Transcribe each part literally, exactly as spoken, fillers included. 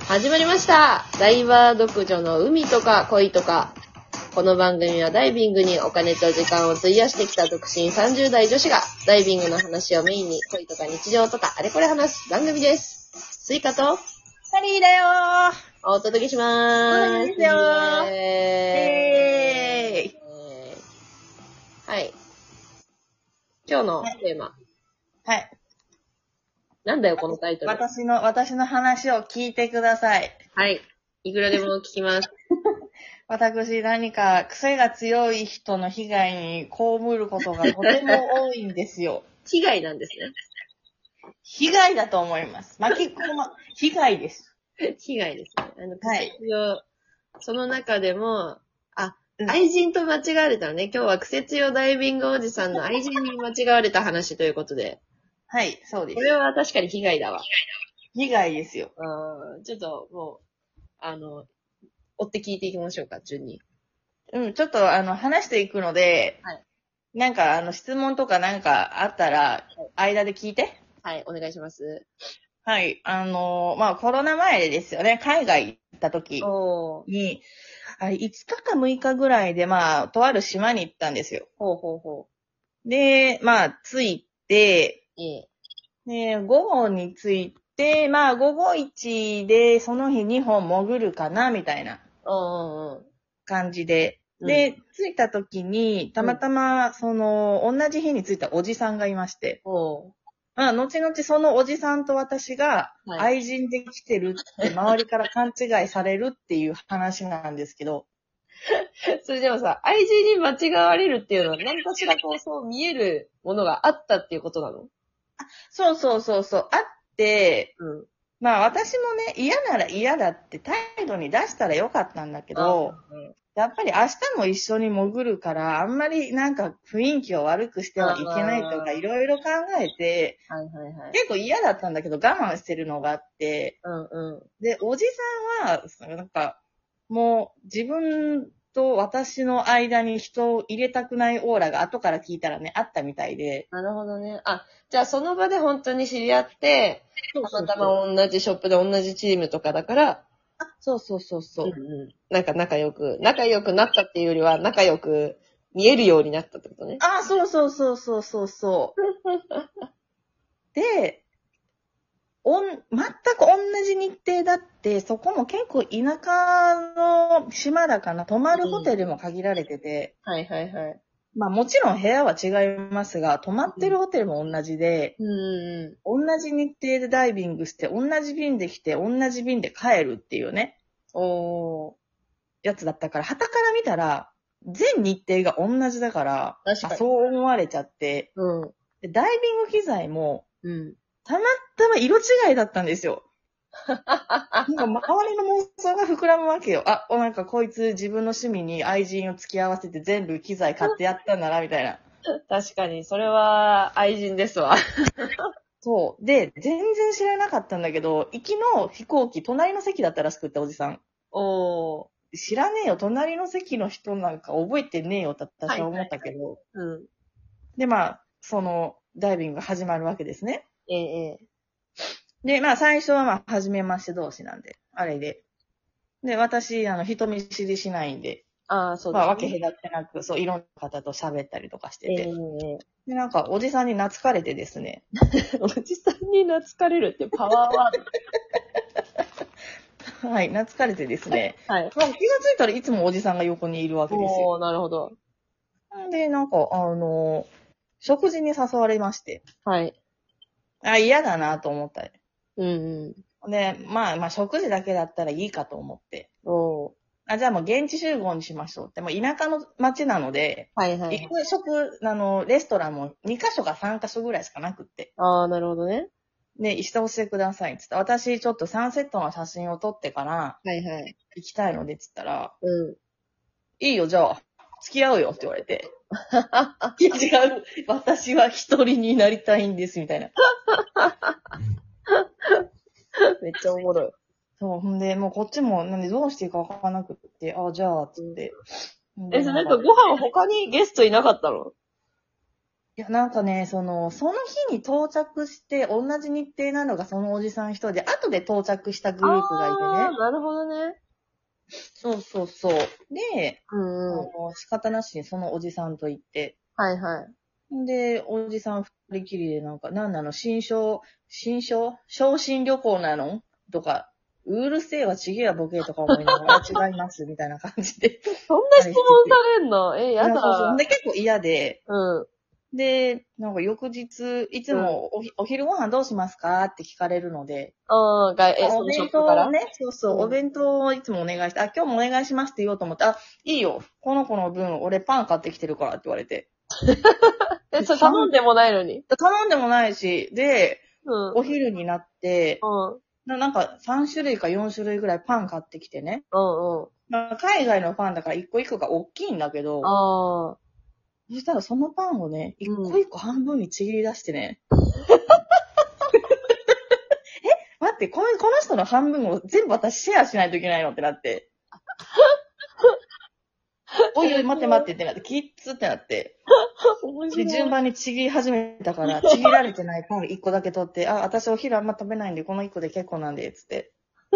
始まりました。ダイバー独女の海とか恋とか。この番組はダイビングにお金と時間を費やしてきた独身さんじゅう代女子がダイビングの話をメインに恋とか日常とかあれこれ話す番組です。スイカとハリーだよー。 お届けしまーす。 お届けですよー。 イエーイ。 えーい。 はい。今日のテーマ。 はい。 なんだよこのタイトル。 私の、私の話を聞いてください。 はい。いくらでも聞きます。 私、何か癖が強い人の被害に被ることがとても多いんですよ。 被害なんですね。 被害だと思います。巻き込ま、被害です。 被害ですね。あの、 はい。 その中でも、あ、 うん、 愛人と間違われたのね。今日はクセ強ダイビングおじさんの愛人に間違われた話ということで。 はい、そうです。 これは確かに被害だわ。 被害ですよ。 うん、ちょっともう、あの、追って聞いていきましょうか、順に。 うん、ちょっとあの、話していくので、はい。なんかあの、質問とかなんかあったら、間で聞いて。 はい、お願いします。 はい。あのー、まあ、コロナ前ですよね。海外行った時に、あれ、いつかかむいかぐらいで、まあ、とある島に行ったんですよ。 ほうほうほう。で、まあ、着いて、 いい。 で、午後に着いて、まあ、午後いちで、その日にほん潜るかな、みたいな感じで。 うん、 で、着いた時に、たまたま、その、同じ日に着いたおじさんがいまして。 うんまあ、後々そのおじさんと私が愛人で来てるって周りから勘違いされるっていう話なんですけど。 それでもさ、愛人に間違われるっていうのは何かしらこうそう見えるものがあったっていうことなの？ あ、そうそうそうそう。あって、うん、まあ私もね、嫌なら嫌だって態度に出したらよかったんだけど、やっぱり明日も一緒に潜るから、あんまりなんか雰囲気を悪くしてはいけないとかいろいろ考えて、はいはいはい、結構嫌だったんだけど我慢してるのがあって、うんうん、で、おじさんは、なんか、もう自分と私の間に人を入れたくないオーラが後から聞いたらね、あったみたいで。 なるほどね。あ、じゃあその場で本当に知り合って、たまたま同じショップで同じチームとかだから、 あ、そうそうそうそう、うんうん。なんか仲良く、仲良くなったっていうよりは仲良く見えるようになったってことね。 あ、そうそうそうそうそうそう。で、おん、全く同じ日程だって、そこも結構田舎の島だから、泊まるホテルも限られてて、 うん、はいはいはい。 まあもちろん部屋は違いますが、泊まってるホテルも同じで、うん、同じ日程でダイビングして、同じ便で来て、同じ便で帰るっていうね、おー、やつだったから、旗から見たら、全日程が同じだから、確かにそう思われちゃって、うん、でダイビング機材も、うん、たまたま色違いだったんですよ。なんか周りの妄想が膨らむわけよ。あ、なんかこいつ自分の趣味に愛人を付き合わせて全部機材買ってやったんだな、みたいな。 確かに、それは愛人ですわ。 そう。で、全然知らなかったんだけど、行きの飛行機、隣の席だったらしくって、おじさん。おー。知らねえよ、隣の席の人なんか覚えてねえよ、って私は思ったけど。はいはい、うん。で、まあ、その、ダイビングが始まるわけですね。ええ。で、まあ、最初はまあ、初めまして同士なんで、あれで。で、私、あの、人見知りしないんで。ああ、そうですね。まあ、わけ隔ってなく、そう、いろんな方と喋ったりとかしてて。ええ。で、なんか、おじさんに懐かれてですね。 おじさんに懐かれるってパワーワード。はい、懐かれてですね。はい。気がついたらいつもおじさんが横にいるわけですよ。 おー、なるほど。 で、なんか、あの、食事に誘われまして。 はい。 あ、嫌だなと思った。うんうん。で、まあまあ、食事だけだったらいいかと思って。おー。あ、じゃあもう現地集合にしましょうって。もう田舎の町なので、はいはい、はい。行く食、あの、レストランもにカ所かさんカ所ぐらいしかなくって。 ああ、なるほどね。 で、して教えてください。つって、私ちょっとさんセットの写真を撮ってから、はいはい。行きたいので、つったら、うん。いいよ、じゃあ、付き合うよって言われて。いや、違う。私は一人になりたいんです、みたいな。 めっちゃおもろい。 そう、ほんで、もうこっちも、なんでどうしていいかわからなくって、あ、じゃあ、つって。 え、それなんかご飯他にゲストいなかったの？ いや、なんかね、その、その日に到着して、同じ日程なのがそのおじさん一人で、後で到着したグループがいてね。 あー、なるほどね。 そうそうそう。で、 うんうん。 あの仕方なしにそのおじさんと行って。 はいはい。 で、おじさん二人きりでなんか、なんなの、新商、新商昇進旅行なのとか、うるせえわ、ちげえわ、ボケとか思いながら、違います、みたいな感じで。 そんな質問されんのえ、やだ。 そうそう。で、結構嫌で、 うん。 で、なんか翌日、いつもお,、お昼ご飯どうしますかって聞かれるので、 うん、が、え、そおのショッ弁プから当をね、そうそう、 うんお弁当をいつもお願いして、あ、今日もお願いしますって言おうと思って、あ、いいよ、この子の分、俺パン買ってきてるからって言われて。 え、それ頼んでもないのに。 頼んでもないし、で、 うん。 お昼になって、 うん。 ななんかさん種類かよん種類ぐらいパン買ってきてね。 うんうん。 まあ、海外のパンだから一個一個が大きいんだけど、 ああ。 そしたらそのパンをね、一個一個半分にちぎり出してね。え待って、この、この人の半分を全部私シェアしないといけないのってなって。おいおい、待って待ってってなって、キッズってなって。で、順番にちぎり始めたから、ちぎられてないパン一個だけ取って、あ、私お昼あんま食べないんで、この一個で結構なんで、つって。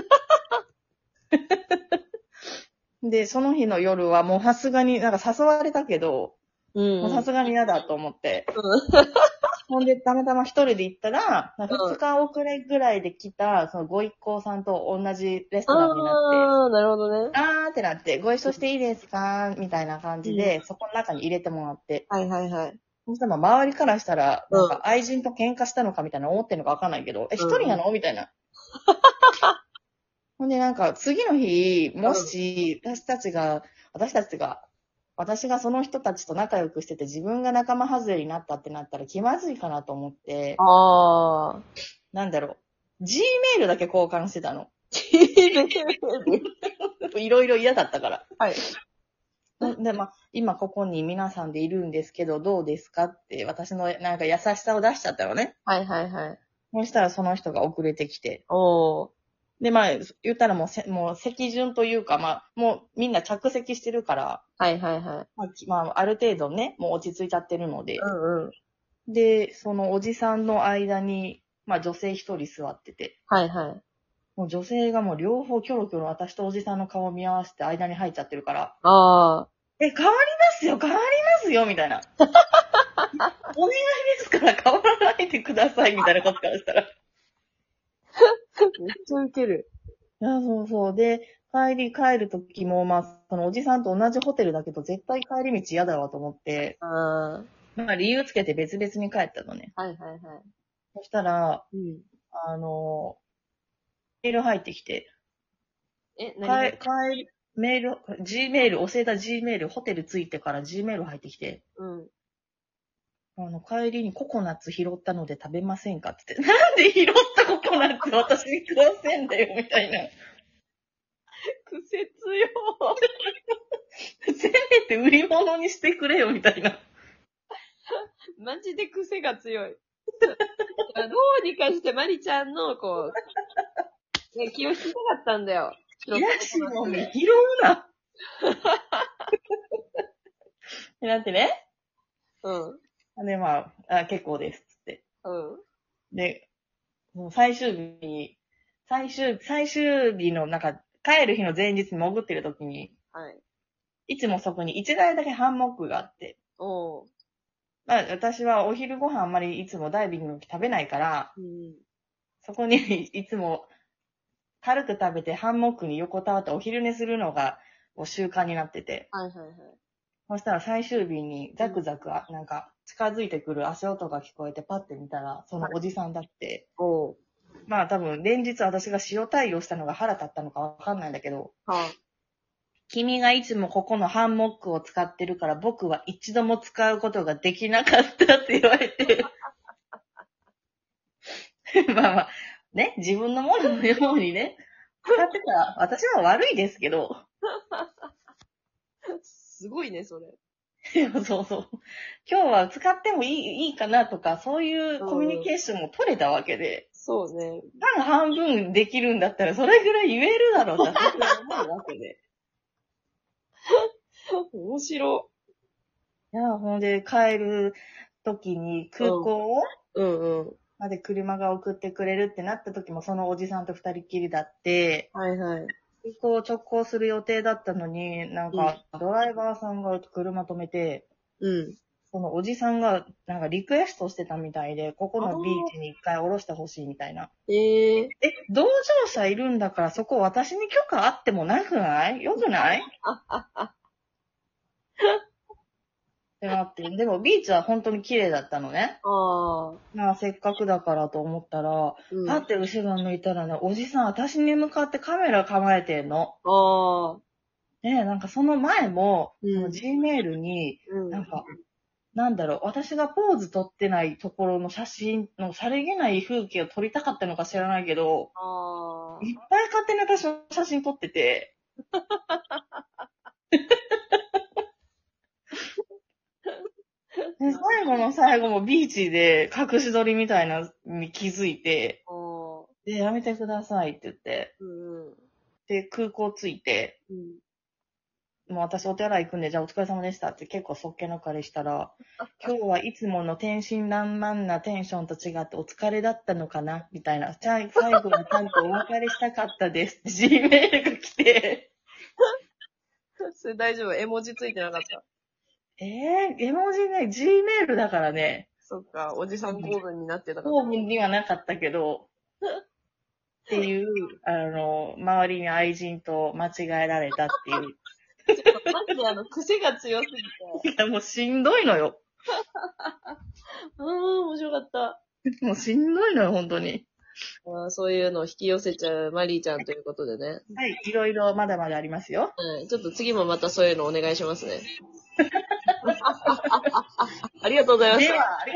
で、その日の夜はもうさすがに、なんか誘われたけど、もうさすがに嫌だと思って。ほんで、たまたま一人で行ったら、二日遅れぐらいで来た、そのご一行さんと同じレストランになって。 ああ、なるほどね。 あーってなって、ご一緒していいですかみたいな感じで、うん、そこの中に入れてもらって。 はいはいはい。 そしたら周りからしたら、なんか愛人と喧嘩したのかみたいな思ってんのかわかんないけど、うん、え、一人なのみたいな。ほんでなんか、次の日、もし、私たちが、私たちが、私がその人たちと仲良くしてて自分が仲間外れになったってなったら気まずいかなと思って、ああ。なんだろう。G メールだけ交換してたの。G メールいろいろ嫌だったから。はい。で、まあ、今ここに皆さんでいるんですけど、どうですかって私のなんか優しさを出しちゃったのね。はいはいはい。そしたらその人が遅れてきて。おー。で、まあ、言ったらもうせ、もう席順というか、まあ、もうみんな着席してるから。はいはいはい。まあ、まあ、ある程度ね、もう落ち着いちゃってるので。うんうん。で、そのおじさんの間に、まあ女性一人座ってて。はいはい。もう女性がもう両方キョロキョロ私とおじさんの顔を見合わせて間に入っちゃってるから。ああ。え、変わりますよ、変わりますよ、みたいな。お願いですから変わらないでください、みたいなことからしたら。めっちゃウケる。いや、そうそう。で、帰り、帰るときも、まあ、そのおじさんと同じホテルだけど、絶対帰り道嫌だわと思って、あまあ、理由つけて別々に帰ったのね。はいはいはい。そしたら、うん、あの、メール入ってきて、え、何帰、帰り、メール、G メール、教えた G メール、ホテル着いてから G メール入ってきて、うん。あの、帰りにココナッツ拾ったので食べませんかって言って、なんで拾ったココナッツ私に食わせんだよ、みたいな。癖強い。せめて売り物にしてくれよ、みたいな。マジで癖が強い。どうにかしてマリちゃんの、こう、ね、気を引きたかったんだよ。いやしもね、拾うな。ってなってね。うん。で、まあ、あ、結構です、つって。うん。で、もう最終日に、最終、最終日の、なんか、帰る日の前日に潜ってる時に、はい。いつもそこに一台だけハンモックがあって、おー。まあ、私はお昼ご飯あんまりいつもダイビングの時食べないから、うん、そこにいつも軽く食べてハンモックに横たわってお昼寝するのが習慣になってて、はいはいはい。そしたら最終日にザクザク、うん、なんか近づいてくる足音が聞こえてパッて見たら、そのおじさんだって、はい、まあ多分連日私が塩対応したのが腹立ったのかわかんないんだけど、はあ、君がいつもここのハンモックを使ってるから僕は一度も使うことができなかったって言われて。まあまあ、ね、自分のもののようにね、使ってたら私は悪いですけど。すごいね、それ。そうそう。今日は使ってもいい、いいかなとか、そういうコミュニケーションも取れたわけで。うん、そうね。パン半分できるんだったらそれぐらい言えるだろうって私は思うわけで。面白い。いや、ほんで、帰る時に空港を、 うんうん。 まで車が送ってくれるってなった時もそのおじさんと二人きりだって、 はいはい。 空港を直行する予定だったのに、なんかドライバーさんが車止めて、 うん。 そのおじさんがなんかリクエストしてたみたいで、ここのビーチに一回降ろしてほしいみたいな。 えー、 え、同乗者いるんだからそこ私に許可あってもなくないよくないってなって。でもビーチは本当に綺麗だったのね。あまあせっかくだからと思ったら、うん、パって後ろ向いたらね、おじさん私に向かってカメラ構えてんの。あで、なんかその前も、うん、その G メールに、なんか、うんなんだろう、私がポーズ撮ってないところの写真のさりげない風景を撮りたかったのか知らないけど、あいっぱい勝手に私の写真撮ってて。で最後の最後もビーチで隠し撮りみたいなに気づいて、で、やめてくださいって言って、うん、で、空港着いて、うんもう私お手洗い行くんで、じゃあお疲れ様でしたって結構そっけなかれしたら、今日はいつもの天真爛漫なテンションと違ってお疲れだったのかなみたいな。じゃあ最後はちゃんとお別れしたかったですって G メールが来て。 それ大丈夫絵文字ついてなかった。 えー、絵文字ね、G メールだからね。 そっか、おじさん公文になってたから。 公文にはなかったけど、っていう、あの、周りに愛人と間違えられたっていう。 マジであの、癖が強すぎて。いや、もうしんどいのよ。 ああ、面白かった。 もうしんどいのよ、本当に。 あそういうのを引き寄せちゃうマリーちゃんということでね。 はい、いろいろまだまだありますよ。 はい、ちょっと次もまたそういうのお願いしますね。ありがとうございました。